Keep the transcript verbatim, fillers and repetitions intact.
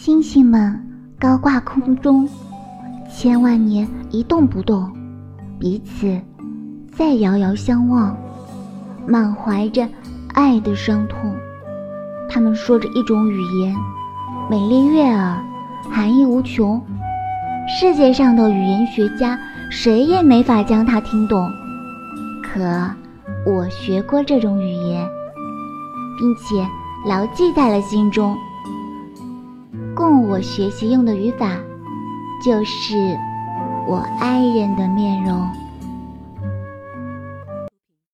星星们高挂空中，千万年一动不动，彼此再遥遥相望，满怀着爱的伤痛。他们说着一种语言，美丽悦耳，含义无穷，世界上的语言学家谁也没法将它听懂。可我学过这种语言，并且牢记在了心中。供我学习用的语法，就是我爱人的面容。